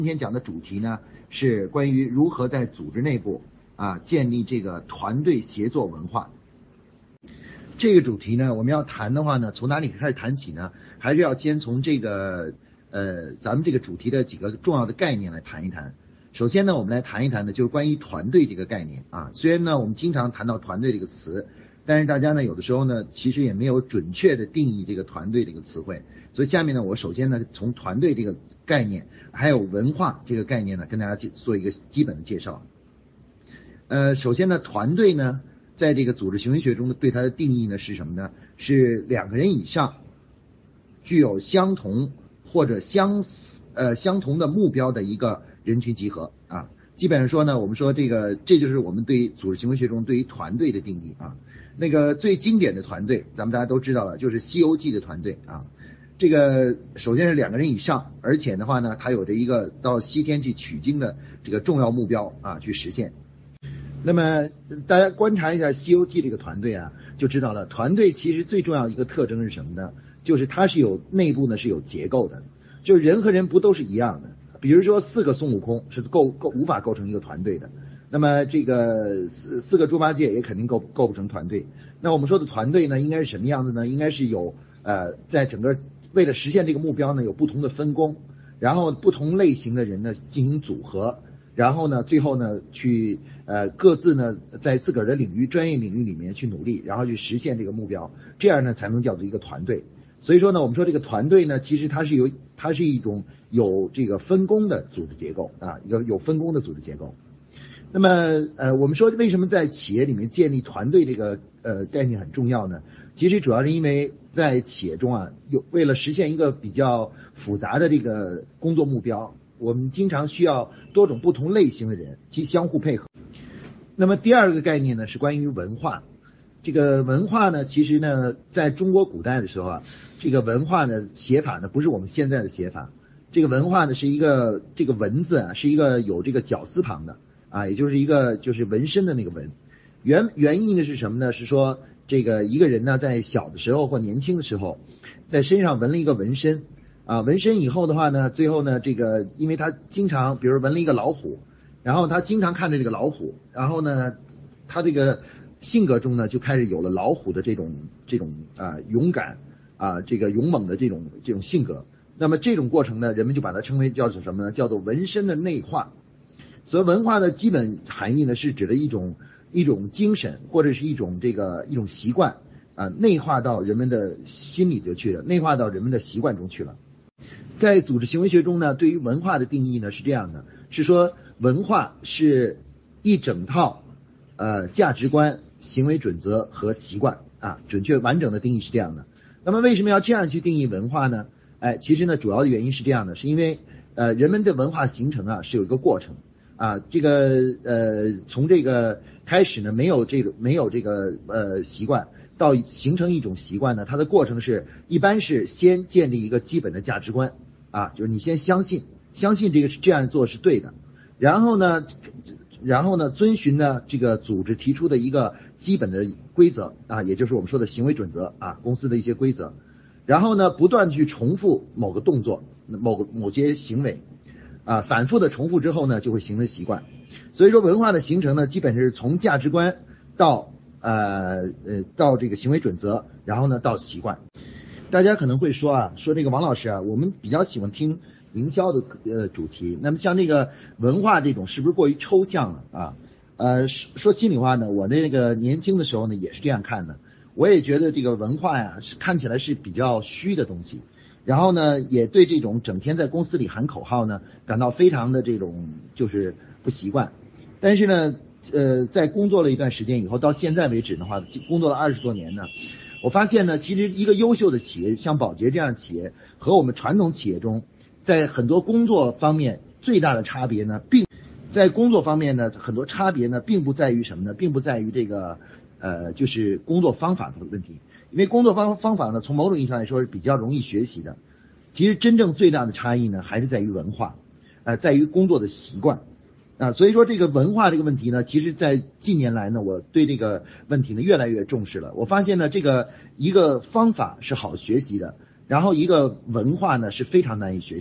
今天讲的主题呢是关于如何在组织内部建立这个团队协作文化。这个主题呢，我们要谈的话呢，从哪里开始谈起呢？还是要先从这个咱们这个主题的几个重要的概念来谈一谈。首先呢，我们来谈一谈呢，就是关于团队这个概念啊。虽然呢，我们经常谈到团队这个词，但是大家呢，有的时候呢，其实也没有准确的定义这个团队这个词汇。所以下面呢，我首先呢，从团队这个概念还有文化这个概念呢，跟大家做一个基本的介绍。首先呢，团队呢，在这个组织行为学中对它的定义呢是什么呢？是2个人以上，具有相同或者相同的目标的一个人群集合啊。基本上说呢，我们说这就是我们对于组织行为学中对于团队的定义啊。那个最经典的团队，咱们大家都知道了，就是《西游记》的团队啊。这个首先是2个人以上，而且的话呢，它有着一个到西天去取经的这个重要目标啊，去实现。那么大家观察一下《西游记》这个团队啊，就知道了，团队其实最重要的一个特征是什么呢？就是它是有内部呢是有结构的，就是人和人不都是一样的。比如说4个孙悟空是无法构成一个团队的，那么这个四个猪八戒也肯定构不成团队。那我们说的团队呢，应该是什么样子呢？应该是有在整个为了实现这个目标呢，有不同的分工，然后不同类型的人呢进行组合，然后呢最后呢去各自呢在自个儿的专业领域里面去努力，然后去实现这个目标，这样呢才能叫做一个团队。所以说呢，我们说这个团队呢，其实它是一种有这个分工的组织结构啊，有分工的组织结构。那么我们说为什么在企业里面建立团队这个概念很重要呢？其实主要是因为在企业中啊，为了实现一个比较复杂的这个工作目标，我们经常需要多种不同类型的人去相互配合。那么第2个概念呢是关于文化。这个文化呢，其实呢，在中国古代的时候啊，这个文化呢写法呢不是我们现在的写法。这个文化呢是一个这个文字啊是一个有这个绞丝旁的啊，也就是一个就是纹身的那个纹。原意呢是什么呢？是说这个一个人呢在小的时候或年轻的时候，在身上纹了一个纹身啊，纹身以后的话呢，最后呢这个因为他经常比如纹了一个老虎，然后他经常看着这个老虎，然后呢他这个性格中呢就开始有了老虎的这种勇敢啊，这个勇猛的这种性格。那么这种过程呢，人们就把它称为叫做什么呢？叫做纹身的内化。所以文化的基本含义呢，是指的一种精神或者是一种习惯啊，内化到人们的心里就去了，内化到人们的习惯中去了。在组织行为学中呢，对于文化的定义呢是这样的，是说文化是一整套价值观、行为准则和习惯啊，准确完整的定义是这样的。那么为什么要这样去定义文化呢？其实呢，主要的原因是这样的，是因为人们的文化形成啊是有一个过程啊，这个从这个开始呢没有这个习惯，到形成一种习惯呢，它的过程一般是先建立一个基本的价值观啊，就是你先相信这个是这样做是对的，然后呢遵循呢这个组织提出的一个基本的规则啊，也就是我们说的行为准则啊，公司的一些规则，然后呢不断去重复某个动作、某些行为啊，反复的重复之后呢，就会形成习惯。所以说文化的形成呢，基本是从价值观到这个行为准则，然后呢到习惯。大家可能会说这个王老师啊，我们比较喜欢听营销的主题，那么像这个文化这种是不是过于抽象了啊？说心里话呢，我那个年轻的时候呢也是这样看的。我也觉得这个文化呀看起来是比较虚的东西，然后呢也对这种整天在公司里喊口号呢感到非常的这种就是不习惯。但是呢在工作了一段时间以后，到现在为止的话，工作了20多年呢，我发现呢，其实一个优秀的企业，像宝洁这样的企业和我们传统企业中，在很多工作方面最大的差别呢，在工作方面呢，很多差别呢，并不在于什么呢？并不在于这个就是工作方法的问题，因为工作方法呢，从某种意义上来说是比较容易学习的。其实真正最大的差异呢，还是在于文化，在于工作的习惯。所以说这个文化这个问题呢，其实在近年来呢，我对这个问题呢越来越重视了。我发现呢，这个一个方法是好学习的，然后一个文化呢是非常难以学习的。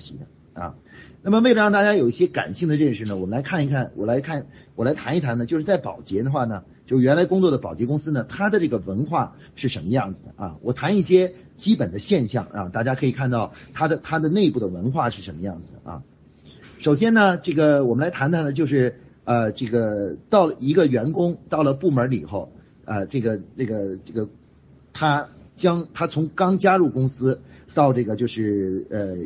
啊。那么为了让大家有一些感性的认识呢，我们来看一看，我来谈一谈呢，就是在保洁的话呢，就原来工作的保洁公司呢，它的这个文化是什么样子的啊？我谈一些基本的现象啊，大家可以看到它的内部的文化是什么样子的啊。首先呢，这个我们来谈谈呢，就是这个到了一个员工到了部门里以后，他从刚加入公司到这个就是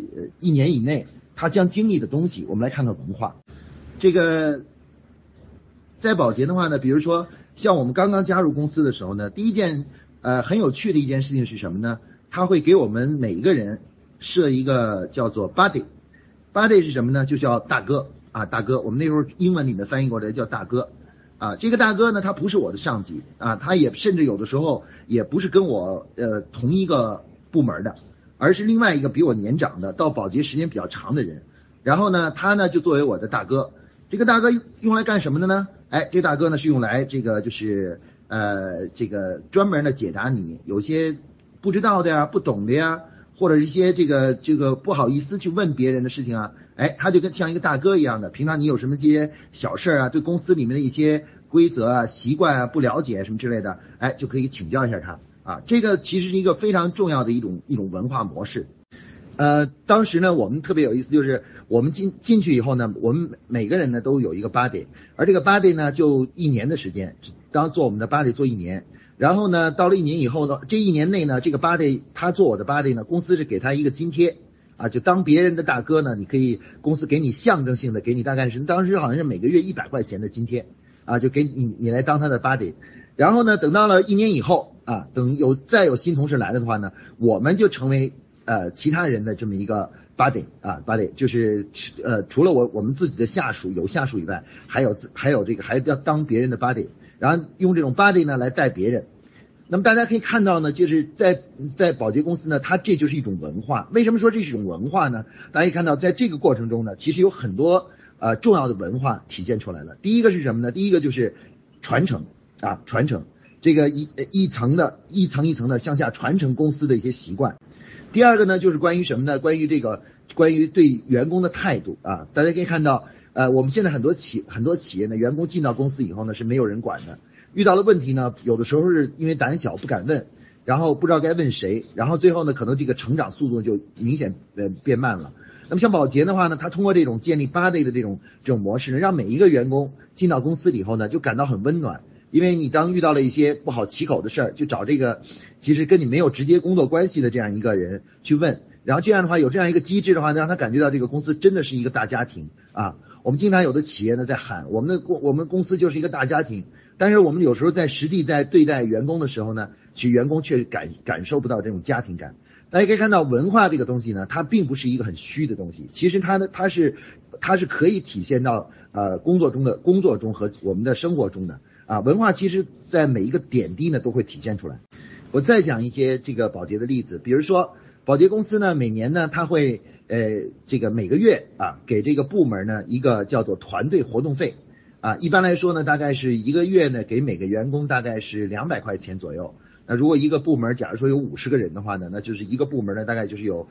1年以内，他将经历的东西，我们来看看文化。这个在保洁的话呢，比如说像我们刚刚加入公司的时候呢，第一件很有趣的一件事情是什么呢？他会给我们每一个人设一个叫做 buddy 是什么呢？就叫大哥啊，大哥。我们那时候英文里面翻译过来叫大哥啊。这个大哥呢，他不是我的上级啊，他也甚至有的时候也不是跟我同一个部门的，而是另外一个比我年长的，到保洁时间比较长的人。然后呢，他呢就作为我的大哥。这个大哥用来干什么的呢？哎，这大哥呢是用来这个就是这个专门的解答你有些不知道的呀、不懂的呀，或者一些这个不好意思去问别人的事情啊。哎，他就跟像一个大哥一样的，平常你有什么这些小事啊，对公司里面的一些规则啊、习惯啊不了解什么之类的，哎，就可以请教一下他啊。这个其实是一个非常重要的一种文化模式。当时呢，我们特别有意思，就是我们进去以后呢，我们每个人呢都有一个 buddy， 而这个 buddy 呢就1年的时间，当做我们的 buddy 做1年。然后呢，到了1年以后呢，这1年内呢，这个 buddy 他做我的 buddy 呢，公司是给他一个津贴啊，就当别人的大哥呢，你可以公司给你象征性的给你大概是当时好像是每个月100块钱的津贴啊，就给你来当他的 buddy。然后呢，等到了1年以后啊，等再有新同事来了的话呢，我们就成为其他人的这么一个 buddy 啊 buddy， 就是除了我们自己的下属以外，还有这个还要当别人的 buddy， 然后用这种 buddy 呢来带别人。那么大家可以看到呢，就是在保洁公司呢，它这就是一种文化。为什么说这是一种文化呢？大家可以看到，在这个过程中呢，其实有很多重要的文化体现出来了。第一个是什么呢？第一个就是传承啊，传承这个一层一层的向下传承公司的一些习惯。第二个呢，就是关于什么呢？关于对员工的态度啊。大家可以看到，我们现在很多企业呢，员工进到公司以后呢是没有人管的。遇到了问题呢，有的时候是因为胆小不敢问，然后不知道该问谁，然后最后呢，可能这个成长速度就明显变慢了。那么像保洁的话呢，他通过这种建立buddy的这种模式呢，让每一个员工进到公司里以后呢，就感到很温暖。因为你当遇到了一些不好启口的事儿，就找这个其实跟你没有直接工作关系的这样一个人去问，然后这样的话有这样一个机制的话，让他感觉到这个公司真的是一个大家庭啊。我们经常有的企业呢在喊我们公司就是一个大家庭，但是我们有时候在实际在对待员工的时候呢，员工却感受不到这种家庭感。大家可以看到，文化这个东西呢，它并不是一个很虚的东西，其实它是可以体现到工作中和我们的生活中的啊。文化其实在每一个点滴呢都会体现出来。我再讲一些这个保洁的例子，比如说保洁公司呢，每年呢它会这个每个月啊给这个部门呢一个叫做团队活动费啊。一般来说呢，大概是一个月呢给每个员工大概是200块钱左右。那如果一个部门假如说有50个人的话呢，那就是一个部门呢大概就是有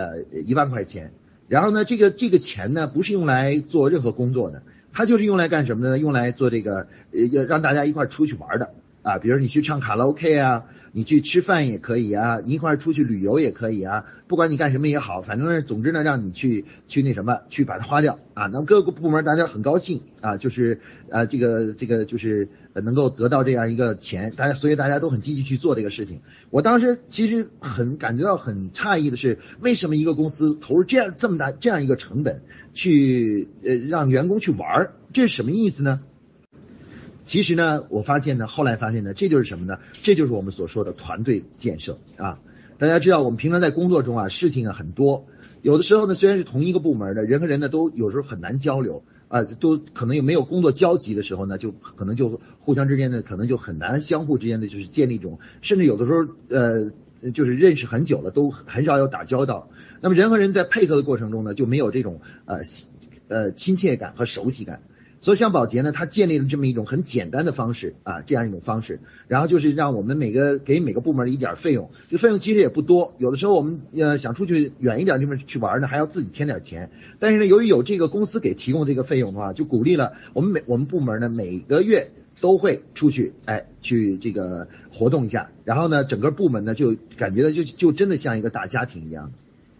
1万块钱。然后呢这个钱呢不是用来做任何工作的，它就是用来干什么呢？用来做这个让大家一块出去玩的啊，比如你去唱卡拉 OK 啊，你去吃饭也可以啊，你一块出去旅游也可以啊，不管你干什么也好，反正总之呢让你去那什么去把它花掉啊。那各个部门大家很高兴啊，就是这个就是能够得到这样一个钱，所以大家都很积极去做这个事情。我当时其实感觉到很诧异的是，为什么一个公司投入这么大这样一个成本去让员工去玩，这是什么意思呢？其实呢，后来发现呢，这就是什么呢？这就是我们所说的团队建设啊。大家知道，我们平常在工作中啊，事情啊很多，有的时候呢，虽然是同一个部门的人和人呢，都有时候很难交流啊，都可能也没有工作交集的时候呢，就可能就互相之间呢，可能就很难相互之间的就是建立一种，甚至有的时候就是认识很久了，都很少有打交道。那么人和人在配合的过程中呢，就没有这种亲切感和熟悉感。 所以像宝洁呢，它建立了这么一种很简单的方式啊，这样一种方式，然后就是让我们给每个部门一点费用，这费用其实也不多，有的时候我们想出去远一点地方去玩呢，还要自己添点钱，但是呢，由于有这个公司给提供这个费用的话，就鼓励了我们部门呢每个月都会出去去这个活动一下，然后呢，整个部门呢就感觉到就真的像一个大家庭一样。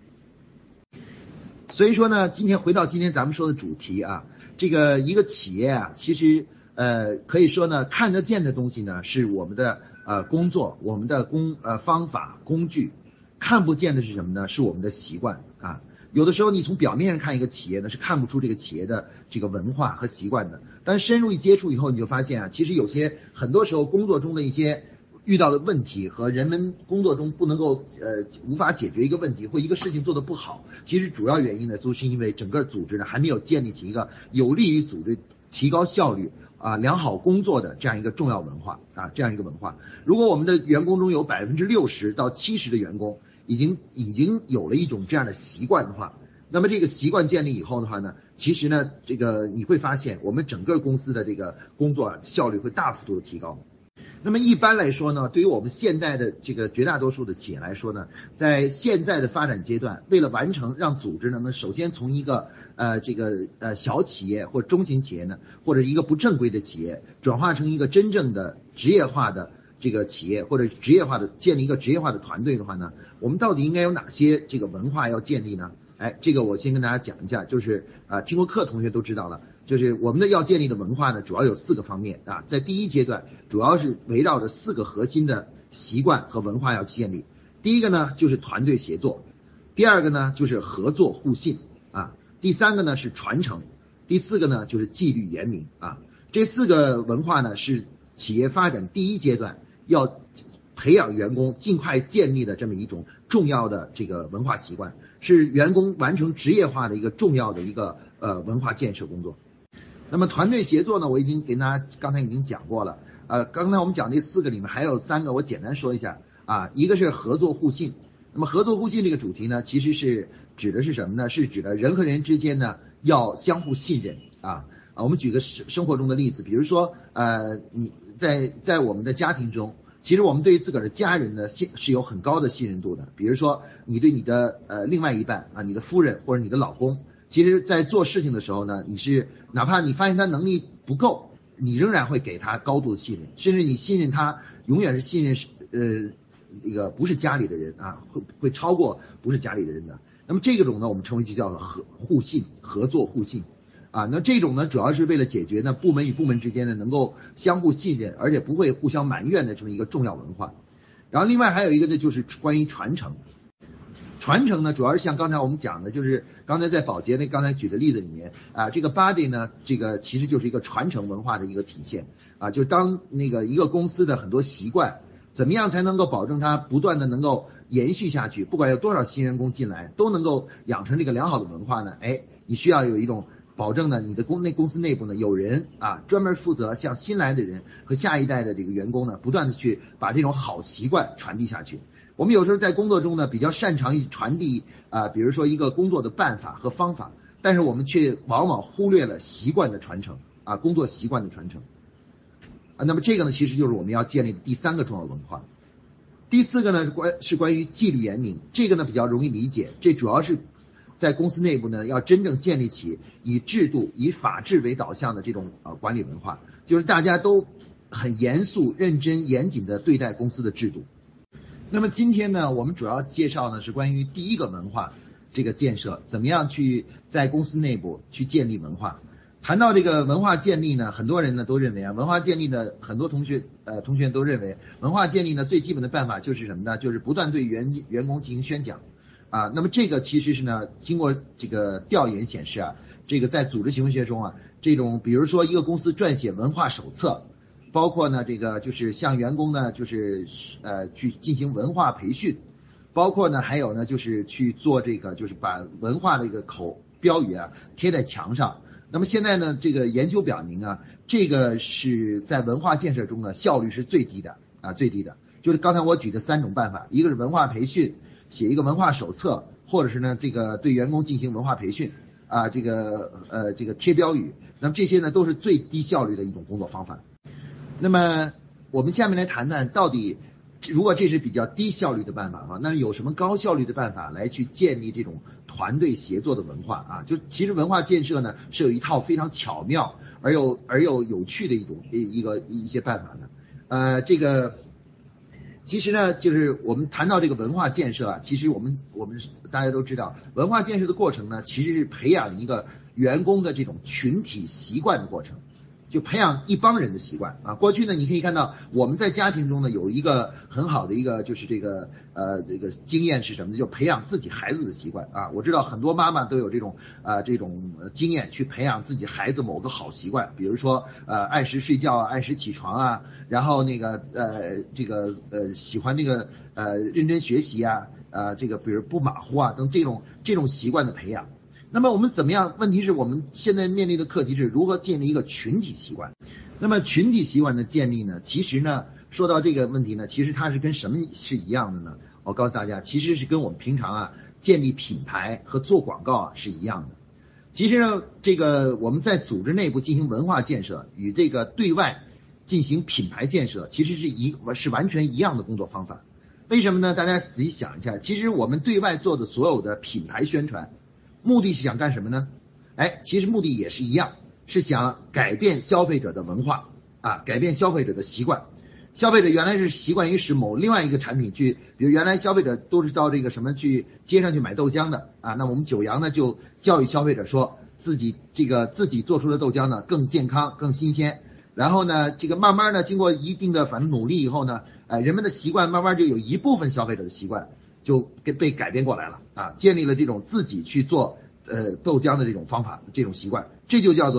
所以说呢，回到今天咱们说的主题啊，这个一个企业啊，其实可以说呢，看得见的东西呢是我们的工作，我们的方法工具，看不见的是什么呢？是我们的习惯啊。有的时候你从表面上看一个企业呢，是看不出这个企业的这个文化和习惯的，但深入一接触以后，你就发现啊，其实很多时候工作中的一些遇到的问题和人们工作中不能够无法解决一个问题或一个事情做得不好，其实主要原因呢都是因为整个组织呢还没有建立起一个有利于组织提高效率良好工作的这样一个重要文化啊，这样一个文化。如果我们的员工中有60%到70%的员工已经有了一种这样的习惯的话，那么这个习惯建立以后的话呢，其实呢这个你会发现我们整个公司的这个工作效率会大幅度的提高。那么一般来说呢，对于我们现代的这个绝大多数的企业来说呢，在现在的发展阶段，为了完成让组织呢，首先从一个小企业或者中型企业呢，或者一个不正规的企业，转化成一个真正的职业化的这个企业，或者建立一个职业化的团队的话呢，我们到底应该有哪些这个文化要建立呢？这个我先跟大家讲一下，就是听过课同学都知道了。就是我们要建立的文化呢，主要有4个方面啊。在第一阶段，主要是围绕着4个核心的习惯和文化要建立。第一个呢，就是团队协作；第二个呢，就是合作互信啊；第3个呢是传承；第4个呢就是纪律严明啊。这4个文化呢，是企业发展第一阶段要培养员工尽快建立的这么一种重要的这个文化习惯，是员工完成职业化的一个重要的一个文化建设工作。那么团队协作呢，我已经给大家刚才已经讲过了。刚才我们讲这4个里面还有3个，我简单说一下啊。一个是合作互信。那么合作互信这个主题呢，其实是指的是什么呢？是指的人和人之间呢要相互信任啊。我们举个生活中的例子，比如说你在我们的家庭中，其实我们对于自个儿的家人呢是有很高的信任度的。比如说你对你的另外一半啊，你的夫人或者你的老公。其实在做事情的时候呢，哪怕你发现他能力不够，你仍然会给他高度的信任，甚至你信任他永远是信任不是家里的人啊，会超过不是家里的人的。那么这种呢，我们称为就叫互信，合作互信啊。那这种呢，主要是为了解决呢部门与部门之间呢能够相互信任，而且不会互相埋怨的这么一个重要文化。然后另外还有一个呢，就是关于传承。传承呢，主要是像刚才我们讲的，就是刚才在宝洁刚才举的例子里面啊，这个 body 呢，这个其实就是一个传承文化的一个体现啊。就当一个公司的很多习惯，怎么样才能够保证它不断的能够延续下去？不管有多少新员工进来，都能够养成这个良好的文化呢？你需要有一种保证呢，你的公司内部呢有人啊专门负责向新来的人和下一代的这个员工呢，不断的去把这种好习惯传递下去。我们有时候在工作中呢，比较擅长于传递比如说一个工作的办法和方法，但是我们却往往忽略了习惯的传承啊，工作习惯的传承啊。那么这个呢，其实就是我们要建立的第3个重要文化。第4个呢是关于纪律严明，这个呢比较容易理解，这主要是在公司内部呢要真正建立起以制度、以法治为导向的这种管理文化，就是大家都很严肃、认真、严谨的对待公司的制度。那么今天呢，我们主要介绍呢是关于第1个文化这个建设，怎么样去在公司内部去建立文化。谈到这个文化建立呢，很多人呢都认为文化建立的很多同学都认为，文化建立呢最基本的办法就是什么呢？就是不断对员工进行宣讲啊。那么这个其实是呢，经过这个调研显示啊，这个在组织行为学中啊，这种比如说一个公司撰写文化手册。包括呢，这个就是向员工呢，就是去进行文化培训，包括呢，还有呢，就是去做这个，就是把文化这个标语啊贴在墙上。那么现在呢，这个研究表明啊，这个是在文化建设中呢效率是最低的啊，最低的。就是刚才我举的3种办法，一个是文化培训，写一个文化手册，或者是呢这个对员工进行文化培训啊，这个贴标语。 那么这些呢都是最低效率的一种工作方法。那么我们下面来谈谈到底，如果这是比较低效率的办法啊，那有什么高效率的办法来去建立这种团队协作的文化啊？就其实文化建设呢是有一套非常巧妙而又有趣的一些办法的。这个其实呢，就是我们谈到这个文化建设啊，其实我们大家都知道，文化建设的过程呢，其实是培养一个员工的这种群体习惯的过程。就培养一帮人的习惯啊。过去呢，你可以看到我们在家庭中呢有一个很好的一个就是这个经验是什么呢？就培养自己孩子的习惯啊。我知道很多妈妈都有这种经验去培养自己孩子某个好习惯，比如说按时睡觉啊，按时起床啊，然后喜欢认真学习啊，比如不马虎啊等这种习惯的培养。那么我们怎么样？问题是我们现在面临的课题是如何建立一个群体习惯。那么群体习惯的建立呢，其实呢，说到这个问题呢，其实它是跟什么是一样的呢？我告诉大家，其实是跟我们平常建立品牌和做广告是一样的。其实呢，我们在组织内部进行文化建设，与这个对外进行品牌建设，其实是完全一样的工作方法。为什么呢？大家仔细想一下，其实我们对外做的所有的品牌宣传，目的是想干什么呢？其实目的也是一样，是想改变消费者的文化啊，改变消费者的习惯。消费者原来是习惯于使另外一个产品去，比如原来消费者都是到去街上去买豆浆的啊，那我们九阳呢就教育消费者说自己做出的豆浆呢更健康、更新鲜。然后呢，慢慢呢经过一定的努力以后呢，人们的习惯慢慢就有一部分消费者的习惯就被改变过来了啊，建立了这种自己去做豆浆的这种方法、这种习惯，这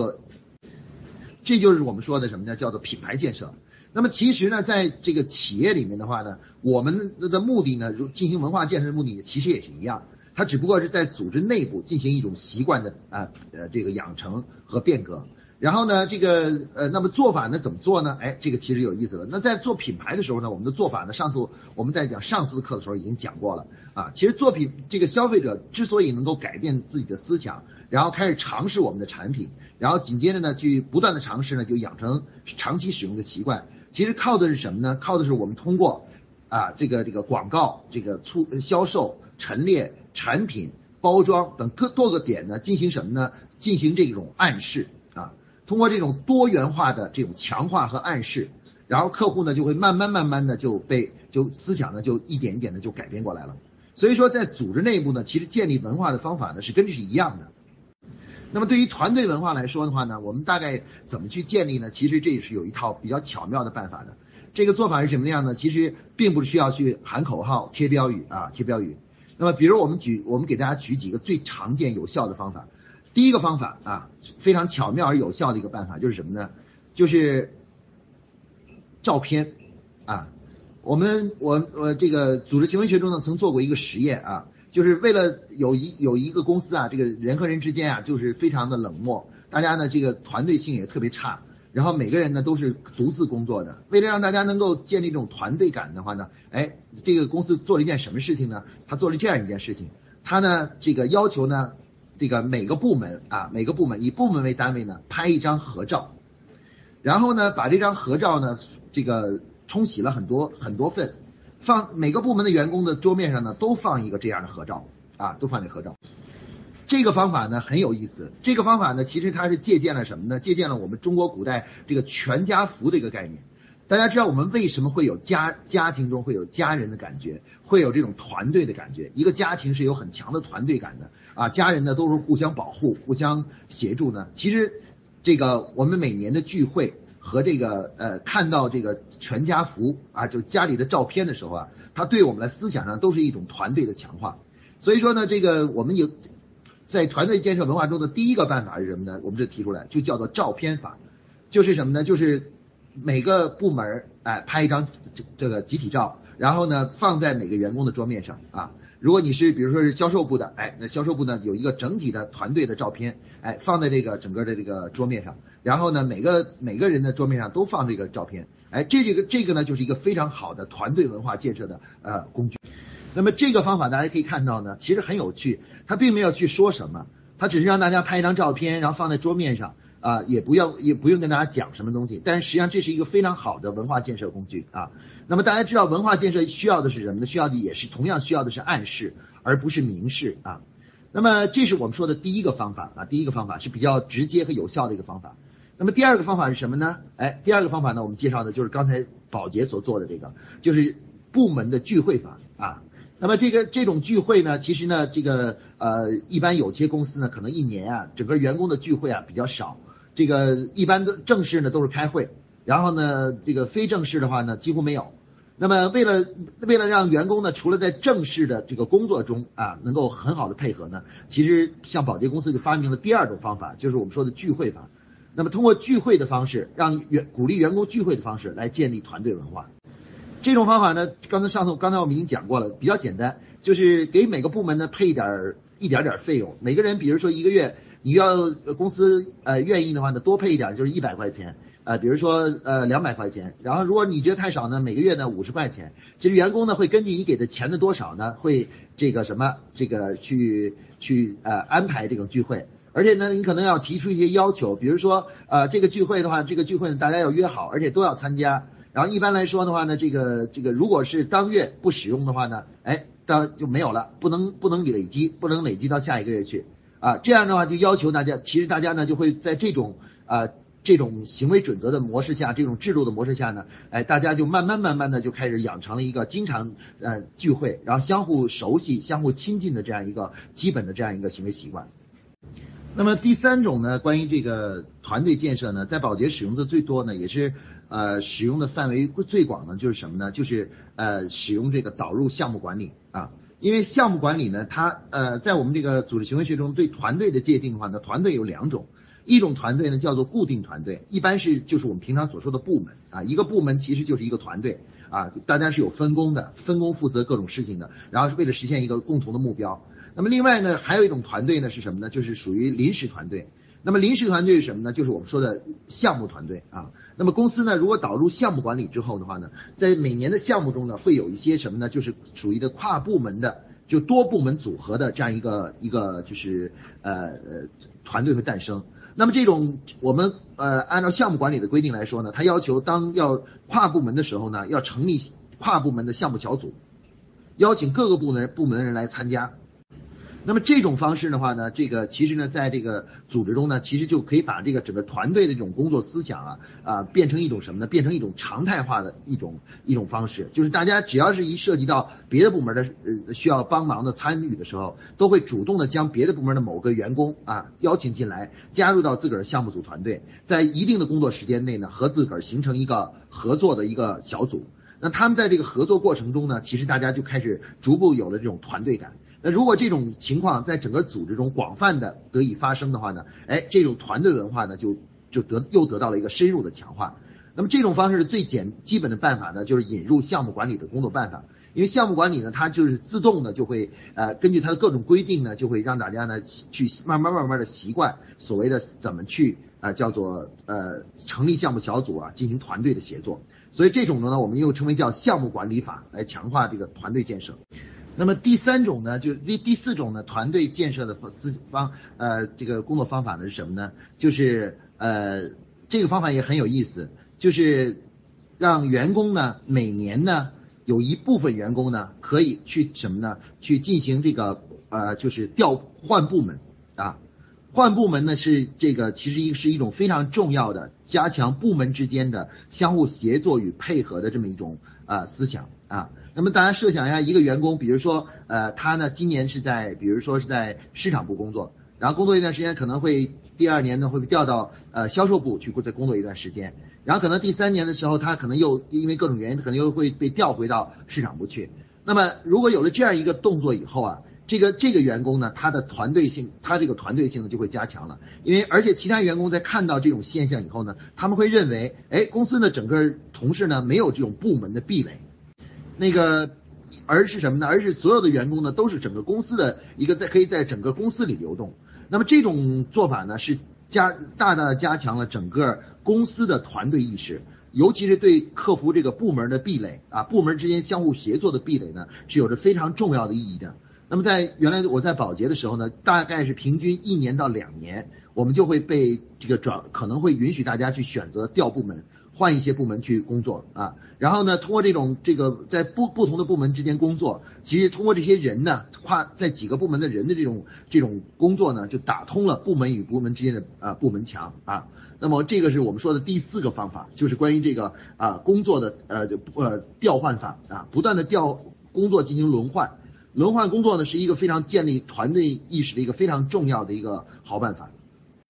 就是我们说的什么呢？叫做品牌建设。那么其实呢，在这个企业里面的话呢，我们的目的呢，进行文化建设的目的其实也是一样，它只不过是在组织内部进行一种习惯的养成和变革。然后呢，那么做法呢怎么做呢？这个其实有意思了。那在做品牌的时候呢，我们的做法呢，上次我们在讲上次的课的时候已经讲过了啊。其实消费者之所以能够改变自己的思想，然后开始尝试我们的产品，然后紧接着呢，去不断的尝试呢，就养成长期使用的习惯。其实靠的是什么呢？靠的是我们通过广告、销售、陈列、产品、包装等多个点呢，进行什么呢？进行这种暗示啊。通过这种多元化的这种强化和暗示，然后客户呢就会慢慢的就思想呢就一点一点的就改变过来了。所以说在组织内部呢，其实建立文化的方法呢是跟这是一样的。那么对于团队文化来说的话呢，我们大概怎么去建立呢？其实这也是有一套比较巧妙的办法的。这个做法是什么样呢？其实并不是需要去喊口号、贴标语。那么比如我们给大家举几个最常见有效的方法。第一个方法啊，非常巧妙而有效的一个办法就是什么呢？就是照片啊。我这个组织行为学中呢曾做过一个实验啊，就是为了有一个公司啊，这个人和人之间啊就是非常的冷漠，大家呢团队性也特别差，然后每个人呢都是独自工作的。为了让大家能够建立这种团队感的话呢，这个公司做了一件什么事情呢？他做了这样一件事情，他呢要求呢每个部门以部门为单位呢拍一张合照，然后呢把这张合照呢冲洗了很多份，放每个部门的员工的桌面上呢都放一个这样的合照啊，都放这合照。这个方法呢很有意思，这个方法呢其实它是借鉴了什么呢？借鉴了我们中国古代全家福的一个概念。大家知道我们为什么会有家庭中会有家人的感觉，会有这种团队的感觉？一个家庭是有很强的团队感的啊，家人呢都是互相保护、互相协助呢。其实我们每年的聚会和看到全家福啊，就家里的照片的时候啊，它对我们的思想上都是一种团队的强化。所以说呢，我们在团队建设文化中的第一个办法是什么呢？我们这提出来就叫做照片法，就是什么呢？就是每个部门拍一张集体照，然后呢放在每个员工的桌面上啊。如果你是比如说是销售部的，那销售部呢有一个整体的团队的照片，放在整个的桌面上，然后呢每个人的桌面上都放这个照片，这个呢就是一个非常好的团队文化建设的工具。那么这个方法大家可以看到呢，其实很有趣，他并没有去说什么，他只是让大家拍一张照片，然后放在桌面上也不用跟大家讲什么东西，但是实际上这是一个非常好的文化建设工具啊。那么大家知道文化建设需要的是什么呢？需要的也是同样需要的是暗示，而不是明示啊。那么这是我们说的第一个方法啊，第一个方法是比较直接和有效的一个方法。那么第二个方法是什么呢？第二个方法呢，我们介绍的就是刚才宝洁所做的这个，就是部门的聚会法啊。那么这种聚会呢，其实呢，一般有些公司呢，可能一年啊，整个员工的聚会啊比较少。这个一般的正式呢都是开会，然后呢，这个非正式的话呢几乎没有。那么为了让员工呢，除了在正式的这个工作中啊，能够很好的配合呢，其实像宝洁公司就发明了第二种方法，就是我们说的聚会法。那么通过聚会的方式，鼓励员工聚会的方式来建立团队文化。这种方法呢，刚才我们已经讲过了，比较简单，就是给每个部门呢配一点费用，每个人比如说一个月你要公司愿意的话呢，多配一点就是100块钱。比如说200块钱，然后如果你觉得太少呢，每个月呢50块钱。其实员工呢会根据你给的钱的多少呢，会去安排这种聚会。而且呢，你可能要提出一些要求，比如说这个聚会的话，这个聚会呢大家要约好，而且都要参加。然后一般来说的话呢，这个如果是当月不使用的话呢，就没有了，不能累积到下一个月去啊。这样的话就要求大家，其实大家呢就会在这种行为准则的模式下，这种制度的模式下呢，大家就慢慢的就开始养成了一个经常聚会，然后相互熟悉、相互亲近的这样一个基本的这样一个行为习惯。那么第三种呢，关于这个团队建设呢，在宝洁使用的最多呢，也是使用的范围最广的，就是什么呢？就是使用这个导入项目管理啊。因为项目管理呢，它在我们这个组织行为学中对团队的界定的话呢，团队有2种。一种团队呢叫做固定团队，一般就是我们平常所说的部门啊，一个部门其实就是一个团队啊，大家是有分工的，分工负责各种事情的，然后是为了实现一个共同的目标。那么另外呢，还有一种团队呢是什么呢？就是属于临时团队。那么临时团队是什么呢？就是我们说的项目团队啊。那么公司呢，如果导入项目管理之后的话呢，在每年的项目中呢，会有一些什么呢？就是属于的跨部门的，就多部门组合的这样一个就是团队会诞生。那么这种我们按照项目管理的规定来说呢，它要求当要跨部门的时候呢，要成立跨部门的项目小组，邀请各个部门的人来参加。那么这种方式的话呢，其实呢，在这个组织中呢，其实就可以把这个整个团队的这种工作思想变成一种什么呢？变成一种常态化的一种方式，就是大家只要是一涉及到别的部门的需要帮忙的参与的时候，都会主动的将别的部门的某个员工邀请进来，加入到自个儿项目组团队，在一定的工作时间内呢，和自个儿形成一个合作的一个小组。那他们在这个合作过程中呢，其实大家就开始逐步有了这种团队感。那如果这种情况在整个组织中广泛的得以发生的话呢，这种团队文化呢又得到了一个深入的强化。那么这种方式的最基本的办法呢，就是引入项目管理的工作办法。因为项目管理呢，它就是自动的就会根据它的各种规定呢，就会让大家呢去慢慢的习惯所谓的怎么去叫做成立项目小组进行团队的协作。所以这种呢，我们又称为叫项目管理法，来强化这个团队建设。那么第三种呢，就是第四种呢，团队建设的这个工作方法呢是什么呢？就是这个方法也很有意思，就是让员工呢每年呢有一部分员工呢可以去什么呢？去进行这个就是换部门啊。换部门呢是其实是一种非常重要的加强部门之间的相互协作与配合的这么一种思想啊。那么大家设想一下，一个员工，比如说他呢今年比如说是在市场部工作，然后工作一段时间，可能会第2年呢会被调到销售部去再工作一段时间，然后可能第3年的时候，他可能又因为各种原因，可能又会被调回到市场部去。那么如果有了这样一个动作以后这个员工呢，他这个团队性呢就会加强了，而且其他员工在看到这种现象以后呢，他们会认为，公司的整个同事呢没有这种部门的壁垒，而是什么呢？而是所有的员工呢都是整个公司的可以在整个公司里流动。那么这种做法呢是大大的加强了整个公司的团队意识，尤其是对克服这个部门的壁垒部门之间相互协作的壁垒呢，是有着非常重要的意义的。那么原来我在宝洁的时候呢，大概是平均1年到2年， 我们就会被这个可能会允许大家去选择调部门，换一些部门去工作啊。然后呢，通过这个在不同的部门之间工作，其实通过这些人呢，在几个部门的人的这种工作呢，就打通了部门与部门之间的部门墙啊。那么这个是我们说的第4个方法，就是关于这个工作的调换法啊，不断的工作进行轮换工作呢，是一个非常建立团队意识的一个非常重要的一个好办法。